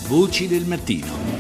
Voci del mattino.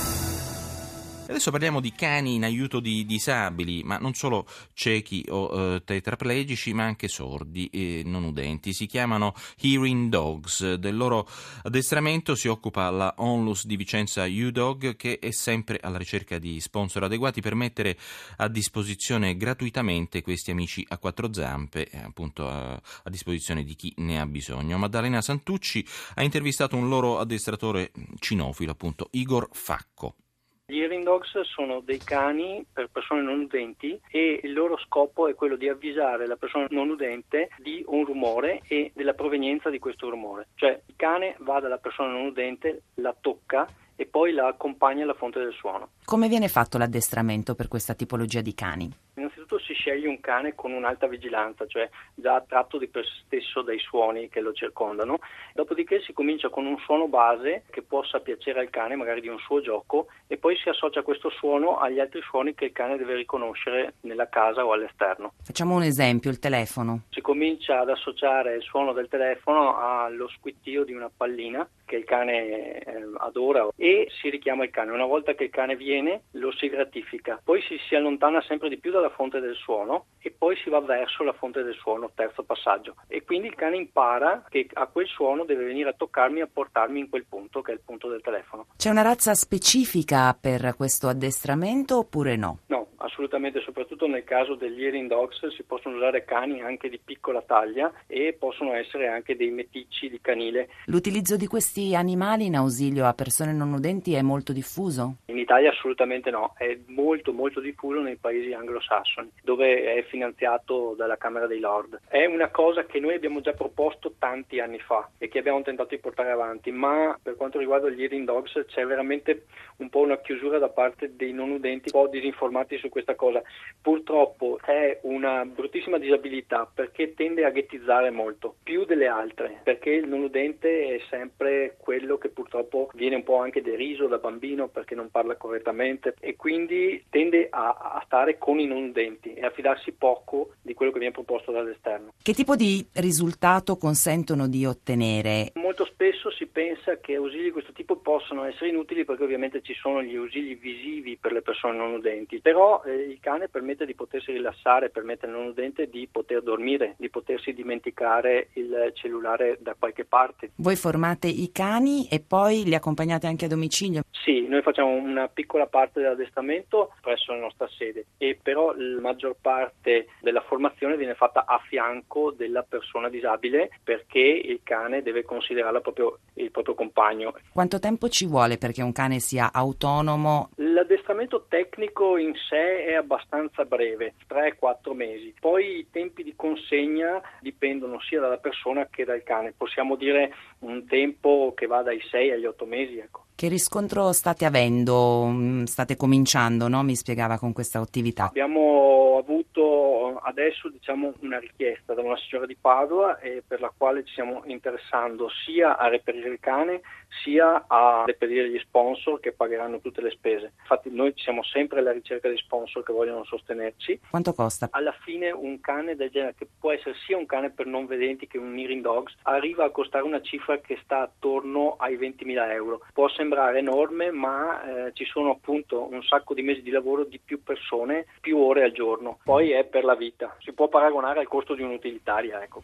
Adesso parliamo di cani in aiuto di disabili, ma non solo ciechi o tetraplegici, ma anche sordi e non udenti. Si chiamano Hearing Dogs. Del loro addestramento si occupa la Onlus di Vicenza U-Dog, che è sempre alla ricerca di sponsor adeguati per mettere a disposizione gratuitamente questi amici a quattro zampe, appunto a disposizione di chi ne ha bisogno. Maddalena Santucci ha intervistato un loro addestratore cinofilo, appunto Igor Facco. Gli Hearing Dogs sono dei cani per persone non udenti e il loro scopo è quello di avvisare la persona non udente di un rumore e della provenienza di questo rumore. Cioè il cane va dalla persona non udente, la tocca e poi la accompagna alla fonte del suono. Come viene fatto l'addestramento per questa tipologia di cani? Innanzitutto si sceglie un cane con un'alta vigilanza, cioè già attratto di per sé stesso dai suoni che lo circondano. Dopodiché si comincia con un suono base che possa piacere al cane, magari di un suo gioco, e poi si associa questo suono agli altri suoni che il cane deve riconoscere nella casa o all'esterno. Facciamo un esempio, il telefono. Si comincia ad associare il suono del telefono allo squittio di una pallina che il cane adora e si richiama il cane. Una volta che il cane viene lo si gratifica, poi si allontana sempre di più dalla fonte del suono e poi si va verso la fonte del suono, terzo passaggio, e quindi il cane impara che a quel suono deve venire a toccarmi e a portarmi in quel punto che è il punto del telefono. C'è una razza specifica per questo addestramento oppure no? No, assolutamente, soprattutto nel caso degli Hearing Dogs si possono usare cani anche di piccola taglia e possono essere anche dei meticci di canile. L'utilizzo di questi animali in ausilio a persone non udenti è molto diffuso? In Italia assolutamente no, è molto molto diffuso nei paesi anglosassoni, dove è finanziato dalla Camera dei Lord. È una cosa che noi abbiamo già proposto tanti anni fa e che abbiamo tentato di portare avanti, ma per quanto riguarda gli Hearing Dogs c'è veramente un po' una chiusura da parte dei non udenti, un po' disinformati su questa cosa. Purtroppo è una bruttissima disabilità perché tende a ghettizzare molto, più delle altre, perché il non udente è sempre quello che purtroppo viene un po' anche deriso da bambino perché non parla correttamente e quindi tende a stare con i non udenti e a fidarsi poco di quello che viene proposto dall'esterno. Che tipo di risultato consentono di ottenere? Molto spesso si pensa che ausili di questo tipo possano essere inutili perché ovviamente ci sono gli ausili visivi per le persone non udenti, però il cane permette di potersi rilassare, permette al non udente di poter dormire, di potersi dimenticare il cellulare da qualche parte. Voi formate i cani e poi li accompagnate anche a domicilio? Sì, noi facciamo una piccola parte dell'addestramento presso la nostra sede e però la maggior parte della formazione viene fatta a fianco della persona disabile perché il cane deve considerarla proprio il proprio compagno. Quanto tempo ci vuole perché un cane sia autonomo? L'addestramento tecnico in sé è abbastanza breve, 3-4 mesi. Poi i tempi di consegna dipendono sia dalla persona che dal cane. Possiamo dire un tempo che va dai 6 agli 8 mesi, ecco. Che riscontro state avendo? State cominciando, no? Mi spiegava con questa attività. Abbiamo avuto adesso una richiesta da una signora di Padova per la quale ci stiamo interessando sia a reperire il cane sia a reperire gli sponsor che pagheranno tutte le spese. Infatti noi siamo sempre alla ricerca di sponsor che vogliono sostenerci. Quanto costa? Alla fine un cane del genere, che può essere sia un cane per non vedenti che un Hearing Dogs, arriva a costare una cifra che sta attorno ai 20.000 euro. Può sembrare enorme, ma ci sono appunto un sacco di mesi di lavoro di più persone, più ore al giorno. Poi è per la vita. Si può paragonare al costo di un'utilitaria, ecco.